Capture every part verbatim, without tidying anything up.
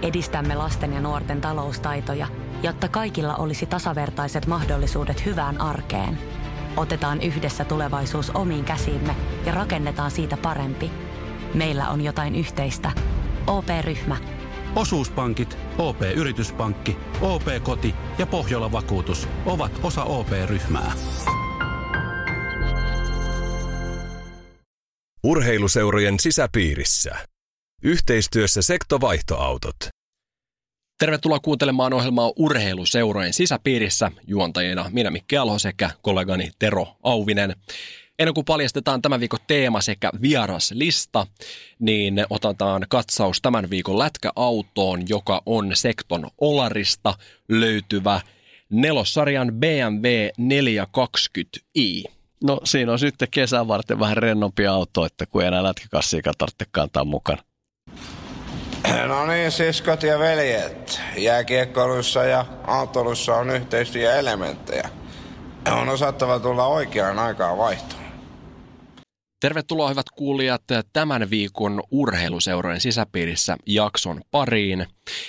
Edistämme lasten ja nuorten taloustaitoja, jotta kaikilla olisi tasavertaiset mahdollisuudet hyvään arkeen. Otetaan yhdessä tulevaisuus omiin käsiimme ja rakennetaan siitä parempi. Meillä on jotain yhteistä. O P-ryhmä. Osuuspankit, O P-yrityspankki, O P-koti ja Pohjola-vakuutus ovat osa O P-ryhmää. Urheiluseurojen sisäpiirissä. Yhteistyössä Sektovaihtoautot. Tervetuloa kuuntelemaan ohjelmaa Urheiluseurojen sisäpiirissä. Juontajina minä Mikki Alho sekä kollegani Tero Auvinen. Ennen kuin paljastetaan tämän viikon teema sekä vieraslista, niin otetaan katsaus tämän viikon lätkäautoon, joka on Sekton Olarista löytyvä nelossarjan B M W neljäsataakaksikymmentä i. No siinä on sitten kesän varten vähän rennompi auto, että kun ei enää lätkäkassiikaan tarvitse kantaa mukana. No niin, siskot ja veljet. Jääkiekkoilussa ja autoilussa on yhteistyöelementtejä. On osattava tulla oikeaan aikaan vaihtoon. Tervetuloa hyvät kuulijat tämän viikon Urheiluseurojen sisäpiirissä jakson pariin.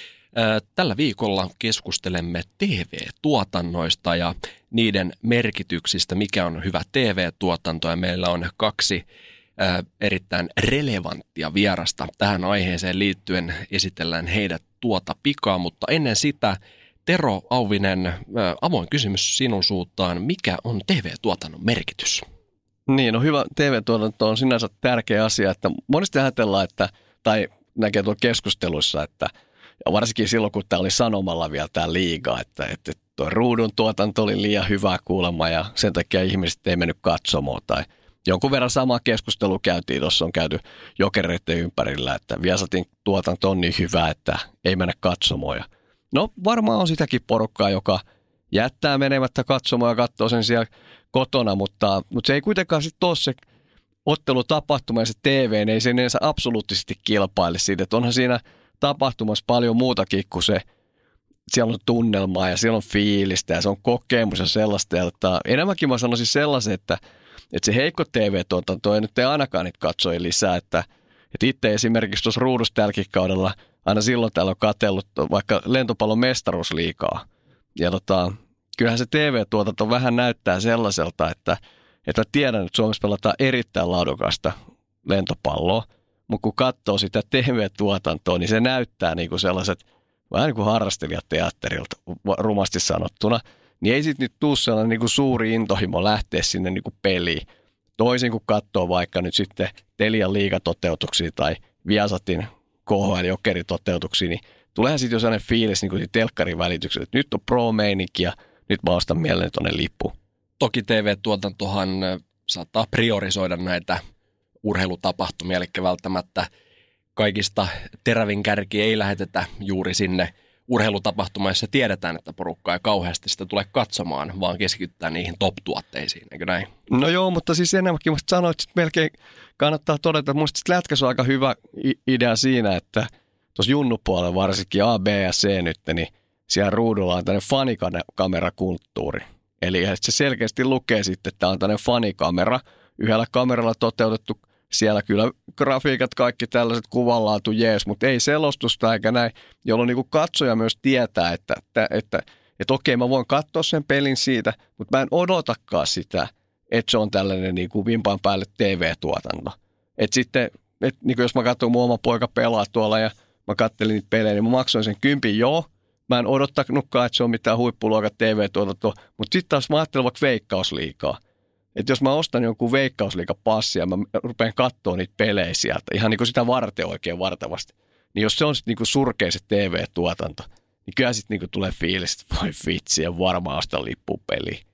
Tällä viikolla keskustelemme T V-tuotannoista ja niiden merkityksistä, mikä on hyvä T V-tuotanto, ja meillä on kaksi erittäin relevanttia vierasta tähän aiheeseen liittyen. Esitellään heidät tuota pikaa, mutta ennen sitä Tero Auvinen, avoin kysymys sinun suuntaan. Mikä on T V-tuotannon merkitys? Niin, no hyvä T V-tuotanto on sinänsä tärkeä asia, että monesti ajatellaan, että, tai näkee tuolla keskusteluissa, että ja varsinkin silloin, kun tämä oli sanomalla vielä tämä liiga, että, että tuo ruudun tuotanto oli liian hyvää kuulemma ja sen takia ihmiset ei mennyt katsomaan tai jonkun verran samaa keskustelua käytiin, tuossa on käyty Jokereiden ympärillä, että Viasatin tuotanto on niin hyvä, että ei mennä katsomaan. Ja no varmaan on sitäkin porukkaa, joka jättää menemättä katsomaan ja katsoo sen siellä kotona, mutta, mutta se ei kuitenkaan sitten ole se ottelutapahtuma ja se T V, ei sen ensin absoluuttisesti kilpaile siitä, että onhan siinä tapahtumassa paljon muutakin kuin se, siellä on tunnelmaa ja siellä on fiilistä ja se on kokemus ja sellaista. Ja enemmänkin mä sanoisin sellaisen, että, että se heikko T V-tuotanto ei nyt ei ainakaan niitä katsoja lisää. Että, että itse esimerkiksi tuossa ruudussa tälläkin kaudella aina silloin täällä on katsellut vaikka lentopallon mestaruusliigaa. Ja tota, kyllähän se T V-tuotanto vähän näyttää sellaiselta, että, että tiedän, että Suomessa pelataan erittäin laadukasta lentopalloa. Mutta kun katsoo sitä T V-tuotantoa, niin se näyttää niinku sellaiset vähän niin kuin harrastelijateatterilta rumasti sanottuna. Niin ei sitten nyt tule sellainen niinku suuri intohimo lähteä sinne niinku peliin. Toisin kuin katsoo vaikka nyt sitten Telian liigatoteutuksia tai Viasatin K H L-jokeritoteutuksia, niin tuleehan sitten jo sellainen fiilis niin telkkarin välityksellä, että nyt on pro-meininki ja nyt mä ostan mielelläni tuonne lippu. Toki T V-tuotantohan saattaa priorisoida näitä urheilutapahtumia, eli välttämättä kaikista terävin kärki ei lähetetä juuri sinne urheilutapahtumaan, jossa tiedetään, että porukka ei kauheasti sitä tule katsomaan, vaan keskityttää niihin top-tuotteisiin, eikö näin? No joo, mutta siis enemmänkin musta sanoit, että melkein kannattaa todeta, että musta lätkässä on aika hyvä idea siinä, että tuossa junnupuolella varsinkin A, B ja C nyt, niin siellä ruudulla on tämmöinen fanikamerakulttuuri. Eli se selkeästi lukee sitten, että tämä on tämmöinen fanikamera, yhdellä kameralla toteutettu. Siellä kyllä grafiikat, kaikki tällaiset kuvanlaatu jees, mutta ei selostusta eikä näin, jolloin niin kuin katsoja myös tietää, että, että, että, että okei, mä voin katsoa sen pelin siitä, mutta mä en odotakaan sitä, että se on tällainen niin kuin vimpan päälle T V-tuotanto. Että sitten, että niin kuin jos mä katson mun oma poika pelaa tuolla ja mä kattelin niitä pelejä, niin mä maksoin sen kympin, joo. Mä en odottanutkaan, että se on mitään huippuluokan T V-tuotantoa, mutta sitten taas mä ajattelen vaikka Veikkausliigaa. Että jos mä ostan jonkun Veikkausliiga-passia ja mä rupean katsoa niitä pelejä sieltä, ihan niin kuin sitä varten oikein vartavasti, niin jos se on sitten niin kuin surkea se T V-tuotanto, niin kyllä sitten niin kuin tulee fiilis, että voi vitsi ja varmaan ostaa lippupeliä.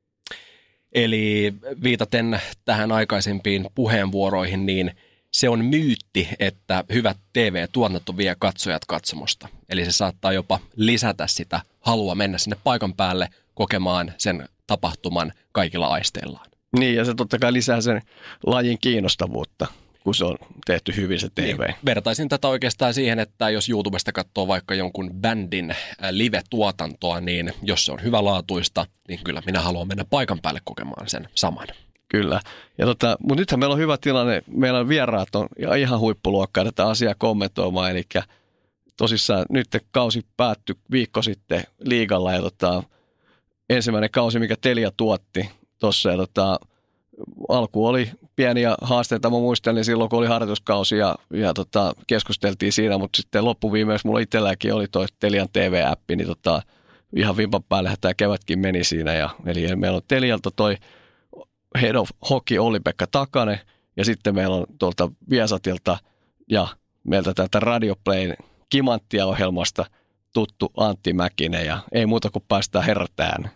Eli viitaten tähän aikaisempiin puheenvuoroihin, niin se on myytti, että hyvät T V-tuotanto vie katsojat katsomosta. Eli se saattaa jopa lisätä sitä halua mennä sinne paikan päälle kokemaan sen tapahtuman kaikilla aisteillaan. Niin, ja se totta kai lisää sen lajin kiinnostavuutta, kun se on tehty hyvin se T V. Niin, vertaisin tätä oikeastaan siihen, että jos YouTubesta katsoo vaikka jonkun bändin live-tuotantoa, niin jos se on hyvälaatuista, niin kyllä minä haluan mennä paikan päälle kokemaan sen saman. Kyllä. Ja tota, mutta nythän meillä on hyvä tilanne. Meillä on vieraat on ihan huippuluokkaa tätä asiaa kommentoimaan, eli tosissaan nyt kausi päättyi viikko sitten liigalla ja tota, ensimmäinen kausi, mikä Telia tuotti tuossa ja tota, alku oli pieniä haasteita, mä muistelin silloin, kun oli harjoituskausi ja, ja tota, keskusteltiin siinä, mutta sitten loppuviimeksi mulla itselläkin oli toi Telian T V-appi, niin tota, ihan vimpan päälle tämä kevätkin meni siinä. Ja, eli meillä on Telialta toi Head of Hockey Olli-Pekka Takanen ja sitten meillä on tuolta Viasatilta ja meiltä täältä Radioplayn Kimanttia-ohjelmasta tuttu Antti Mäkinen ja ei muuta kuin päästään herrat ääneen.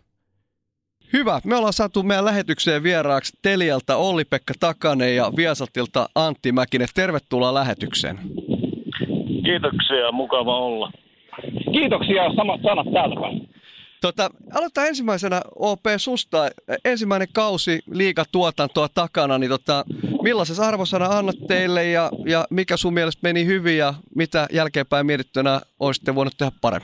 Hyvä. Me ollaan saatu meidän lähetykseen vieraaksi Telialta Olli-Pekka Takanen ja Viasatilta Antti Mäkinen. Tervetuloa lähetykseen. Kiitoksia, mukava olla. Kiitoksia, samat sanat täältä päin. Tota, aloittaa ensimmäisenä O P susta. Ensimmäinen kausi liigatuotantoa takana, niin tota, millaisen arvosana annat teille ja, ja mikä sun mielestä meni hyvin ja mitä jälkeenpäin mietittynä olisitte voinut tehdä paremmin?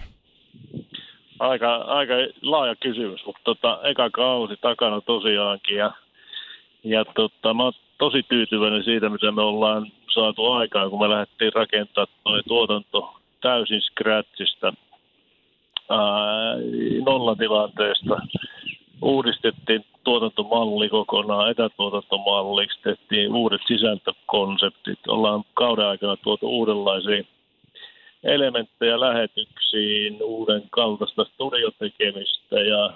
Aika, aika laaja kysymys, mutta tota, eka kausi takana tosiaankin ja, ja tota, mä oon tosi tyytyväinen siitä, mitä me ollaan saatu aikaan, kun me lähdettiin rakentamaan tuo tuotanto täysin scratchista, ää, nollatilanteesta. Uudistettiin tuotantomalli kokonaan etätuotantomalliksi, tehtiin uudet sisältökonseptit, ollaan kauden aikana tuotu uudenlaisia elementtejä lähetyksiin, uuden kaltaista studiotekemistä ja,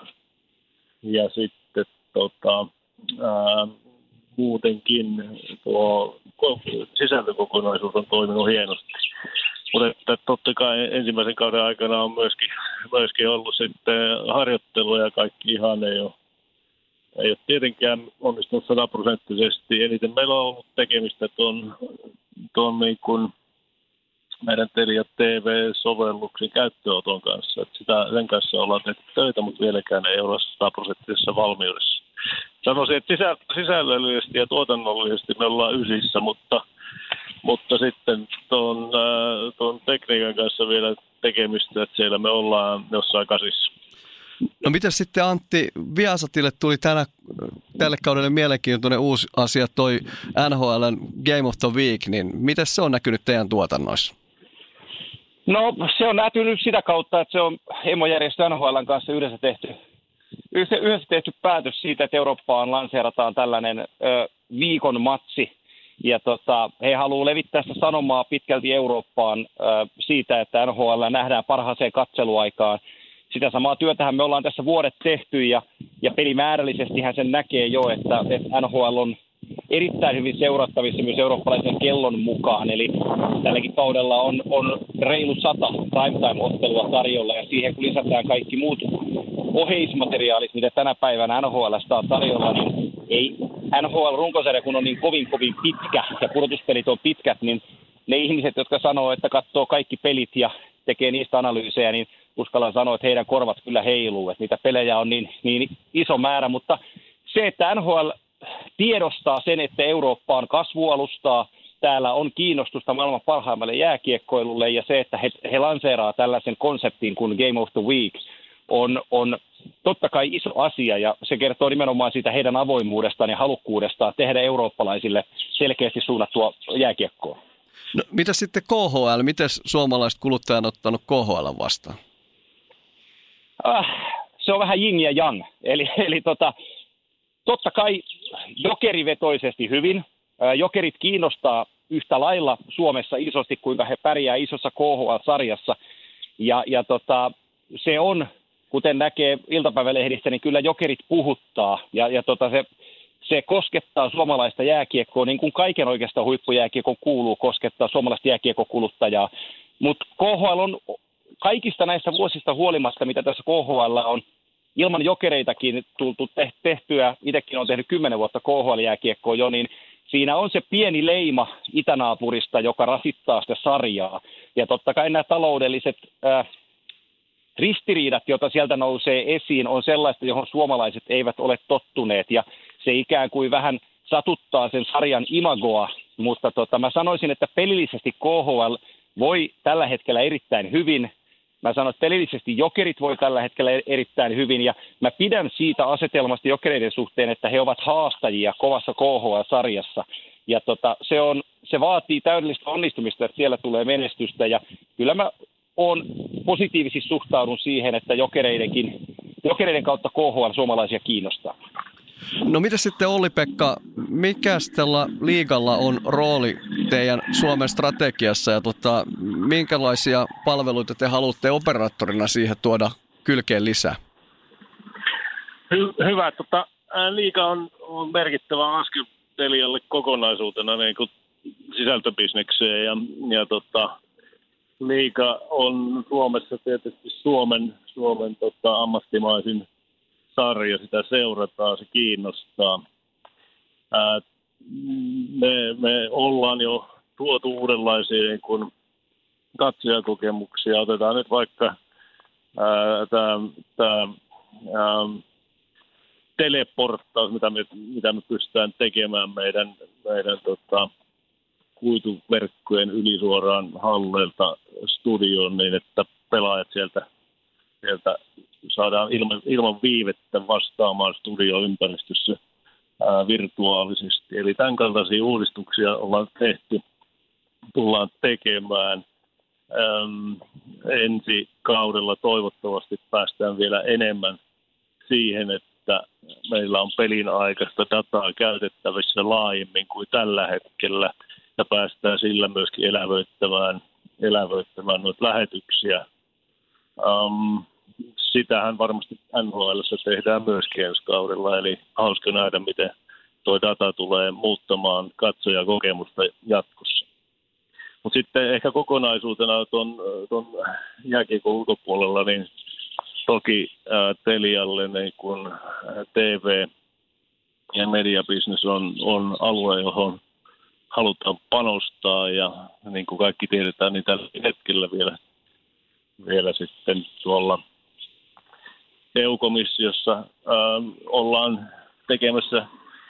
ja sitten tota, ää, muutenkin tuo sisältökokonaisuus on toiminut hienosti. Mutta totta kai ensimmäisen kauden aikana on myöskin, myöskin ollut sitten harjoittelua ja kaikki ihan ei ole, ei ole tietenkään onnistunut sataprosenttisesti. Eniten meillä on ollut tekemistä tuon, tuon niin kuin meidän Telia T V-sovelluksen käyttöönoton kanssa. Että sitä, sen kanssa ollaan tehty töitä, mutta vieläkään ei olla sataprosenttisessa valmiudessa. Sanoisin, että sisä, sisällöllisesti ja tuotannollisesti me ollaan ysissä, mutta, mutta sitten tuon, äh, tuon tekniikan kanssa vielä tekemistä, että siellä me ollaan jossain kasissa. No miten sitten Antti, Viasatille tuli tänä, tälle kaudelle mielenkiintoinen uusi asia, toi N H L:n Game of the Week, niin miten se on näkynyt teidän tuotannoissa? No se on näkynyt sitä kautta, että se on emojärjestö N H L:n kanssa yhdessä tehty, yhdessä tehty päätös siitä, että Eurooppaan lanseerataan tällainen ö, viikon matsi. Ja tota, he haluavat levittää sitä sanomaa pitkälti Eurooppaan ö, siitä, että N H L nähdään parhaaseen katseluaikaan. Sitä samaa työtähän me ollaan tässä vuodet tehty ja, ja pelimäärällisesti sen näkee jo, että, että N H L on erittäin hyvin seurattavissa myös eurooppalaisen kellon mukaan. Eli tälläkin kaudella on, on reilu sata primetime-ottelua tarjolla ja siihen kun lisätään kaikki muut oheismateriaalit, mitä tänä päivänä N H L:stä on tarjolla, niin ei N H L-runkosarja, kun on niin kovin kovin pitkä ja pudotuspelit on pitkät, niin ne ihmiset, jotka sanoo, että katsoo kaikki pelit ja tekee niistä analyysejä, niin uskallan sanoa, että heidän korvat kyllä heiluu, että niitä pelejä on niin, niin iso määrä, mutta se, että N H L tiedostaa sen, että Eurooppa on kasvualustaa, täällä on kiinnostusta maailman parhaimmalle jääkiekkoilulle ja se, että he, he lanseeraa tällaisen konseptin kuin Game of the Week on, on totta kai iso asia ja se kertoo nimenomaan siitä heidän avoimuudestaan ja halukkuudestaan tehdä eurooppalaisille selkeästi suunnattua jääkiekkoa. No, mitä sitten K H L? Miten suomalaiset kuluttajat on ottanut K H L vastaan? Ah, se on vähän yin ja yang. Eli, eli tota, totta kai jokerivetoisesti hyvin. Jokerit kiinnostaa yhtä lailla Suomessa isosti, kuinka he pärjää isossa K H L-sarjassa. Ja, ja tota, se on, kuten näkee iltapäivälehdistä, niin kyllä jokerit puhuttaa. Ja, ja tota, se, se koskettaa suomalaista jääkiekkoa, niin kuin kaiken oikeastaan huippujääkiekon kuuluu koskettaa suomalaista jääkiekkokuluttajaa. Mutta K H L on kaikista näistä vuosista huolimatta, mitä tässä K H L on ilman jokereitakin tultu tehtyä, itsekin on tehnyt kymmenen vuotta K H L-jääkiekkoa jo, niin siinä on se pieni leima itänaapurista, joka rasittaa sitä sarjaa. Ja totta kai nämä taloudelliset äh, ristiriidat, joita sieltä nousee esiin, on sellaista, johon suomalaiset eivät ole tottuneet. Ja se ikään kuin vähän satuttaa sen sarjan imagoa, mutta tota, mä sanoisin, että pelillisesti K H L voi tällä hetkellä erittäin hyvin. Mä sanon, että pelillisesti jokerit voi tällä hetkellä erittäin hyvin, ja mä pidän siitä asetelmasta jokereiden suhteen, että he ovat haastajia kovassa K H L-sarjassa. Ja tota, se, on, se vaatii täydellistä onnistumista, että siellä tulee menestystä, ja kyllä mä on positiivisesti suhtaudun siihen, että jokereidenkin, jokereiden kautta K H L suomalaisia kiinnostaa. No mitä sitten Olli-Pekka, mikä tällä liigalla on rooli teidän Suomen strategiassa ja tota, minkälaisia palveluita te haluatte operaattorina siihen tuoda kylkeen lisää? Hy- hyvä. Tota, liiga on, on merkittävä askel Telialle kokonaisuutena niin kuin sisältöbisnekseen ja, ja tota, liiga on Suomessa tietysti Suomen, Suomen tota, ammattimaisin sarja, sitä seurataan, se kiinnostaa. Ää, me, me ollaan jo tuotu uudenlaisia niin kuin katsojakokemuksia. Otetaan nyt vaikka tämä teleporttaus, mitä me, mitä me pystytään tekemään meidän, meidän tota, kuituverkkojen ylisuoraan halleilta studioon niin, että pelaajat sieltä, sieltä saadaan ilman, ilman viivettä vastaamaan studioympäristössä ää, virtuaalisesti. Eli tämän kaltaisia uudistuksia ollaan tehty, tullaan tekemään. Ähm, ensi kaudella toivottavasti päästään vielä enemmän siihen, että meillä on pelin aikaista dataa käytettävissä laajemmin kuin tällä hetkellä ja päästään sillä myöskin elävöittämään, elävöittämään noita lähetyksiä. Ähm, sitähän varmasti N H L:ssä tehdään myöskin ensi kaudella, eli hauska nähdä, miten tuo data tulee muuttamaan katsojakokemusta jatkossa. Mutta sitten ehkä kokonaisuutena tuon, tuon jääkiekon ulkopuolella, niin toki ää, Telialle niin kun T V ja mediabisnes on, on alue, johon halutaan panostaa ja niin kuin kaikki tiedetään, niin tällä hetkellä vielä, vielä sitten tuolla E U-komissiossa ää, ollaan tekemässä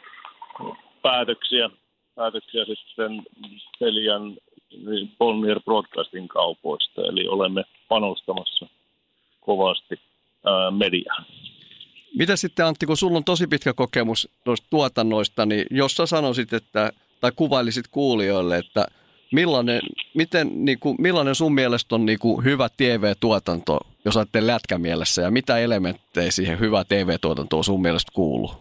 päätöksiä, päätöksiä sitten Telian Bonnier Broadcasting kaupoista, eli olemme panostamassa kovasti ää, mediaan. Mitä sitten Antti, kun sulla on tosi pitkä kokemus noista tuotannoista, niin jos sä sanoisit, että, tai kuvailisit kuulijoille, että millainen, miten, niin kuin, millainen sun mielestä on niin kuin hyvä T V-tuotanto, jos ajattelee lätkämielessä, ja mitä elementtejä siihen hyvä T V-tuotantoon sun mielestä kuuluu?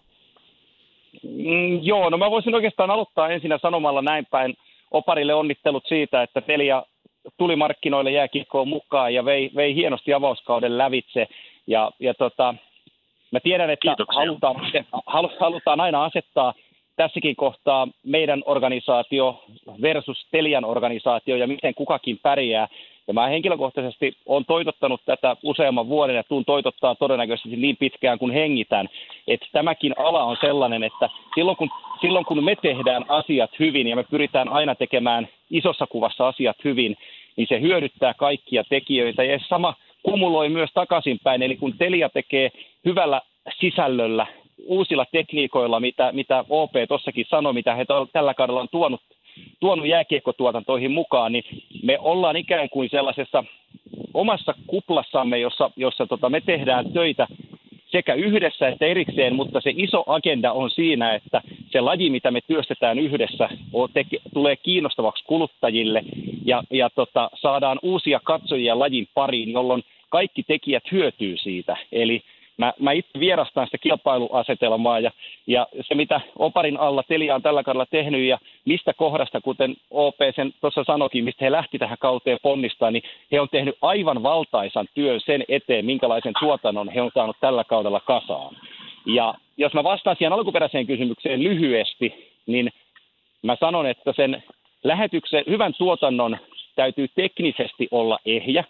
Mm, joo, no mä voisin oikeastaan aloittaa ensinnä sanomalla näin päin. Oparille onnittelut siitä, että Telia tuli markkinoille jääkiekkoon mukaan ja vei, vei hienosti avauskauden lävitse. Ja, ja tota, mä tiedän, että halutaan, halutaan aina asettaa tässäkin kohtaa meidän organisaatio versus Telian organisaatio ja miten kukakin pärjää. Ja mä henkilökohtaisesti olen toitottanut tätä useamman vuoden ja tuun toitottaa todennäköisesti niin pitkään kuin hengitän. Että tämäkin ala on sellainen, että silloin kun, silloin kun me tehdään asiat hyvin ja me pyritään aina tekemään isossa kuvassa asiat hyvin, niin se hyödyttää kaikkia tekijöitä ja sama kumuloi myös takaisinpäin. Eli kun Telia tekee hyvällä sisällöllä, uusilla tekniikoilla, mitä, mitä O P tuossakin sanoi, mitä he tällä kaudella on tuonut, tuonut jääkiekkotuotantoihin mukaan, niin me ollaan ikään kuin sellaisessa omassa kuplassamme, jossa, jossa tota, me tehdään töitä sekä yhdessä että erikseen, mutta se iso agenda on siinä, että se laji, mitä me työstetään yhdessä, on, teke, tulee kiinnostavaksi kuluttajille ja, ja tota, saadaan uusia katsojia lajin pariin, jolloin kaikki tekijät hyötyy siitä. Eli Mä, mä itse vierastan sitä kilpailuasetelmaa ja, ja se, mitä Oparin alla Telia on tällä kaudella tehnyt ja mistä kohdasta, kuten O P sen tuossa sanoikin, mistä he lähti tähän kauteen ponnistaan, niin he on tehnyt aivan valtaisan työn sen eteen, minkälaisen tuotannon he on saanut tällä kaudella kasaan. Ja jos mä vastaan siihen alkuperäiseen kysymykseen lyhyesti, niin mä sanon, että sen lähetyksen, hyvän tuotannon täytyy teknisesti olla ehjä.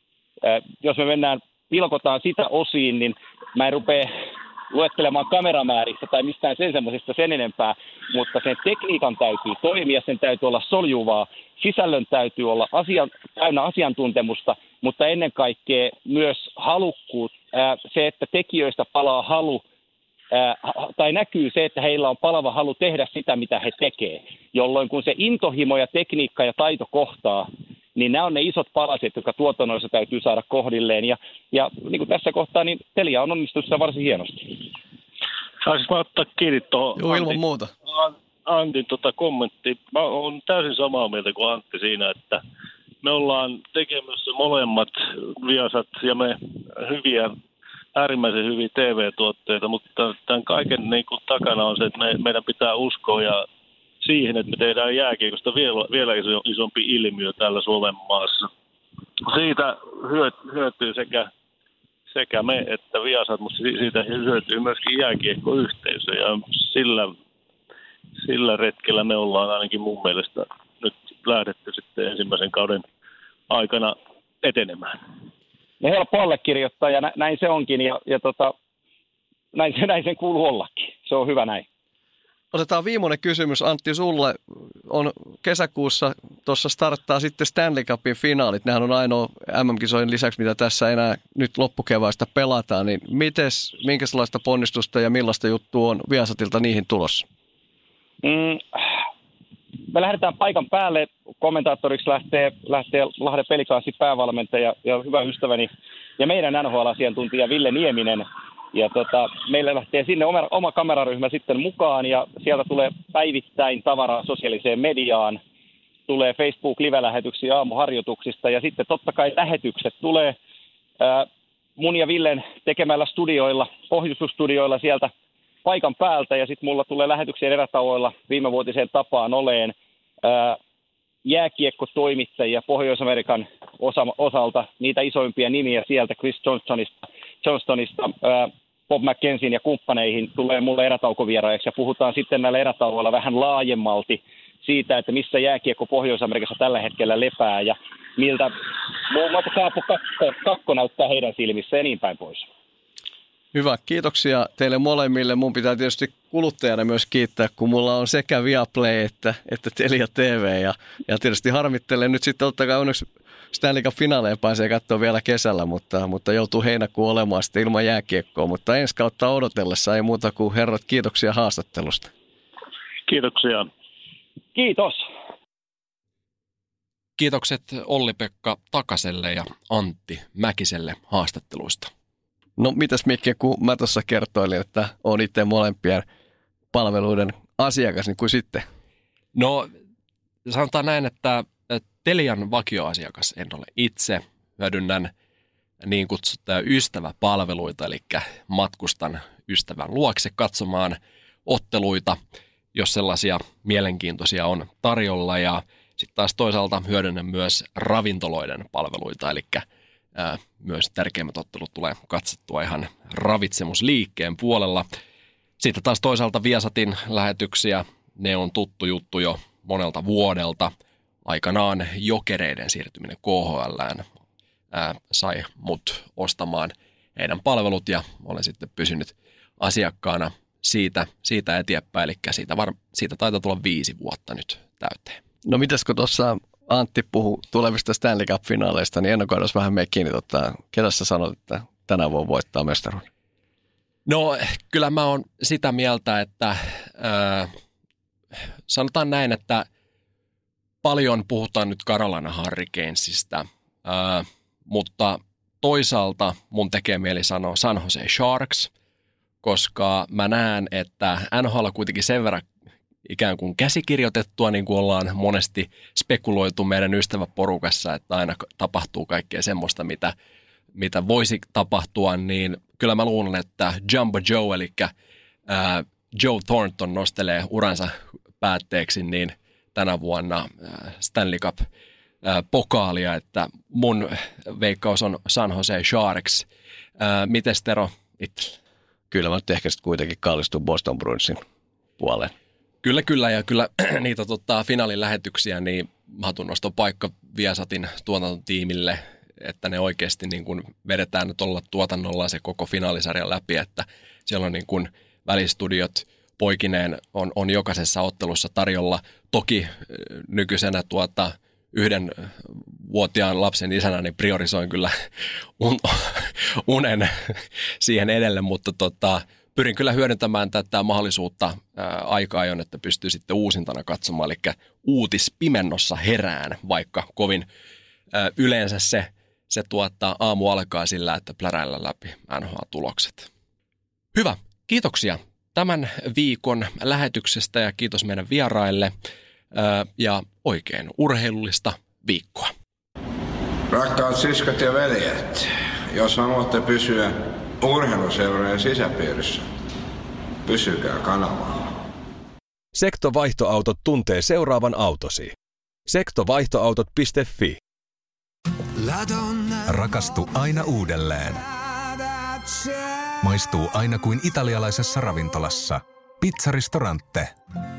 Äh, jos me mennään pilkotaan sitä osiin, niin mä en rupea luettelemaan kameramääristä tai mistään sen semmoisesta sen enempää, mutta sen tekniikan täytyy toimia, sen täytyy olla soljuvaa, sisällön täytyy olla asian, täynnä asiantuntemusta, mutta ennen kaikkea myös halukkuus, ää, se, että tekijöistä palaa halu, ää, tai näkyy se, että heillä on palava halu tehdä sitä, mitä he tekee, jolloin kun se intohimo ja tekniikka ja taito kohtaa, niin nämä on ne isot palaset, jotka tuotannoissa täytyy saada kohdilleen. Ja, ja niin kuin tässä kohtaa, niin Telia on onnistunut sitä varsin hienosti. Saisinko mä ottaa kiinni tuohon Joo, ilman muuta. Antin tota kommenttiin. Mä olen täysin samaa mieltä kuin Antti siinä, että me ollaan tekemässä molemmat Viasat ja me hyviä, äärimmäisen hyviä T V-tuotteita, mutta tämän kaiken niin kuin takana on se, että me, meidän pitää uskoa ja siihen, että me tehdään jääkiekosta vielä, vielä iso, isompi ilmiö täällä Suomen maassa. Siitä hyötyy sekä, sekä me että Viasat, mutta siitä hyötyy myöskin jääkiekkoyhteisö ja sillä, sillä retkellä me ollaan ainakin mun mielestä nyt lähdetty sitten ensimmäisen kauden aikana etenemään. No helppo allekirjoittaa ja näin se onkin ja, ja tota, näin, näin sen kuuluu ollakin. Se on hyvä näin. Otetaan viimeinen kysymys, Antti, sulle. On kesäkuussa, tuossa starttaa sitten Stanley Cupin finaalit. Nehän on ainoa M M-kisojen lisäksi, mitä tässä enää nyt loppukeväistä pelataan. Niin mites, minkälaista ponnistusta ja millaista juttua on Viasatilta niihin tulossa? Mm, me lähdetään paikan päälle. Kommentaattoriksi lähtee, lähtee Lahden Pelikanssin päävalmentaja ja hyvä ystäväni ja meidän N H L-asiantuntija Ville Nieminen. Ja tota, meille lähtee sinne oma, oma kameraryhmä sitten mukaan ja sieltä tulee päivittäin tavaraa sosiaaliseen mediaan. Tulee Facebook-live-lähetyksiä aamuharjoituksista ja sitten totta kai lähetykset tulee ää, mun ja Villen tekemällä studioilla, pohjustusstudioilla sieltä paikan päältä. Ja sitten mulla tulee lähetyksiä erätauoilla viimevuotiseen tapaan oleen ää, jääkiekkotoimittajia Pohjois-Amerikan osa, osalta, niitä isoimpia nimiä sieltä Chris Johnstonista, Johnstonista ää, Bob McKenzien ja kumppaneihin tulee mulle erätaukovieraiksi ja puhutaan sitten näillä erätauoilla vähän laajemmalti siitä, että missä jääkiekko Pohjois-Amerikassa tällä hetkellä lepää ja miltä muun muassa Kaapo Kakko, Kakko näyttää heidän silmissä ja niin päin pois. Hyvä, kiitoksia teille molemmille. Mun pitää tietysti kuluttajana myös kiittää, kun mulla on sekä Viaplay että, että Telia T V. Ja, ja tietysti harmittelen nyt sitten, ottakaa onneksi Stanley Cup-finaaleja pääsee katsoa vielä kesällä, mutta, mutta joutuu heinäkuun olemaan sitten ilman jääkiekkoa. Mutta ensi kautta odotellessa ei muuta kuin herrat, kiitoksia haastattelusta. Kiitoksia. Kiitos. Kiitokset Olli-Pekka Takaselle ja Antti Mäkiselle haastatteluista. No mitäs Mikki, kun mä tuossa kertoilin, että on itse molempien palveluiden asiakas, niin kuin sitten? No sanotaan näin, että Telian vakioasiakas en ole itse. Hyödynnän niin kutsuttuja ystäväpalveluita, eli matkustan ystävän luokse katsomaan otteluita, jos sellaisia mielenkiintoisia on tarjolla. Ja sitten taas toisaalta hyödynnän myös ravintoloiden palveluita, eli ää, myös tärkeimmät ottelut tulee katsottua ihan ravitsemusliikkeen puolella. Sitten taas toisaalta Viasatin lähetyksiä, ne on tuttu juttu jo monelta vuodelta. Aikanaan Jokereiden siirtyminen K H L:ään ää, sai mut ostamaan heidän palvelut ja olen sitten pysynyt asiakkaana siitä, siitä eteenpäin, eli siitä, var, siitä taitaa tulla viisi vuotta nyt täyteen. No mitäs kun tuossa Antti puhui tulevista Stanley Cup-finaaleista, niin ennakoidaan vähän meidän kiinni, tota, ketä sä sanot, että tänään voi voittaa mestaruuden? No kyllä mä oon sitä mieltä, että ää, sanotaan näin, että paljon puhutaan nyt Carolina Hurricanesista, ää, mutta toisaalta mun tekee mieli sanoa San Jose Sharks, koska mä näen, että N H L on kuitenkin sen verran ikään kuin käsikirjoitettua, niin kuin ollaan monesti spekuloitu meidän ystäväporukassa, että aina tapahtuu kaikkea semmoista, mitä, mitä voisi tapahtua, niin kyllä mä luulen, että Jumbo Joe, eli ää, Joe Thornton nostelee uransa päätteeksi, niin tänä vuonna Stanley Cup-pokaalia, että mun veikkaus on San Jose Sharks. Mites Tero itsellä? Kyllä mä nyt ehkä sitten kuitenkin kallistun Boston Bruinsin puoleen. Kyllä, kyllä ja kyllä niitä tota, finaalin lähetyksiä, niin hatunnoston paikka Viasatin tuotantotiimille, että ne oikeasti niin kun vedetään nyt olla tuotannolla se koko finaalisarjan läpi, että siellä on niin kun välistudiot poikineen on, on jokaisessa ottelussa tarjolla. Toki nykyisenä tuota, yhden vuotiaan lapsen isänä niin priorisoin kyllä un, unen siihen edelle, mutta tota, pyrin kyllä hyödyntämään tätä mahdollisuutta ää, aikaa ajoin, että pystyy sitten uusintana katsomaan, eli uutispimennossa herään, vaikka kovin ää, yleensä se, se tuottaa aamu alkaa sillä, että pläräillä läpi N H L-tulokset. Hyvä, kiitoksia tämän viikon lähetyksestä ja kiitos meidän vieraille ää, ja oikein urheilullista viikkoa. Rakkaat siskot ja veljet, jos haluatte pysyä urheiluseurojen sisäpiirissä, pysykää kanavalla. Sektovaihtoautot tuntee seuraavan autosi. sektovaihtoautot piste fi. Rakastu aina uudelleen. Maistuu aina kuin italialaisessa ravintolassa. Pizzaristorante.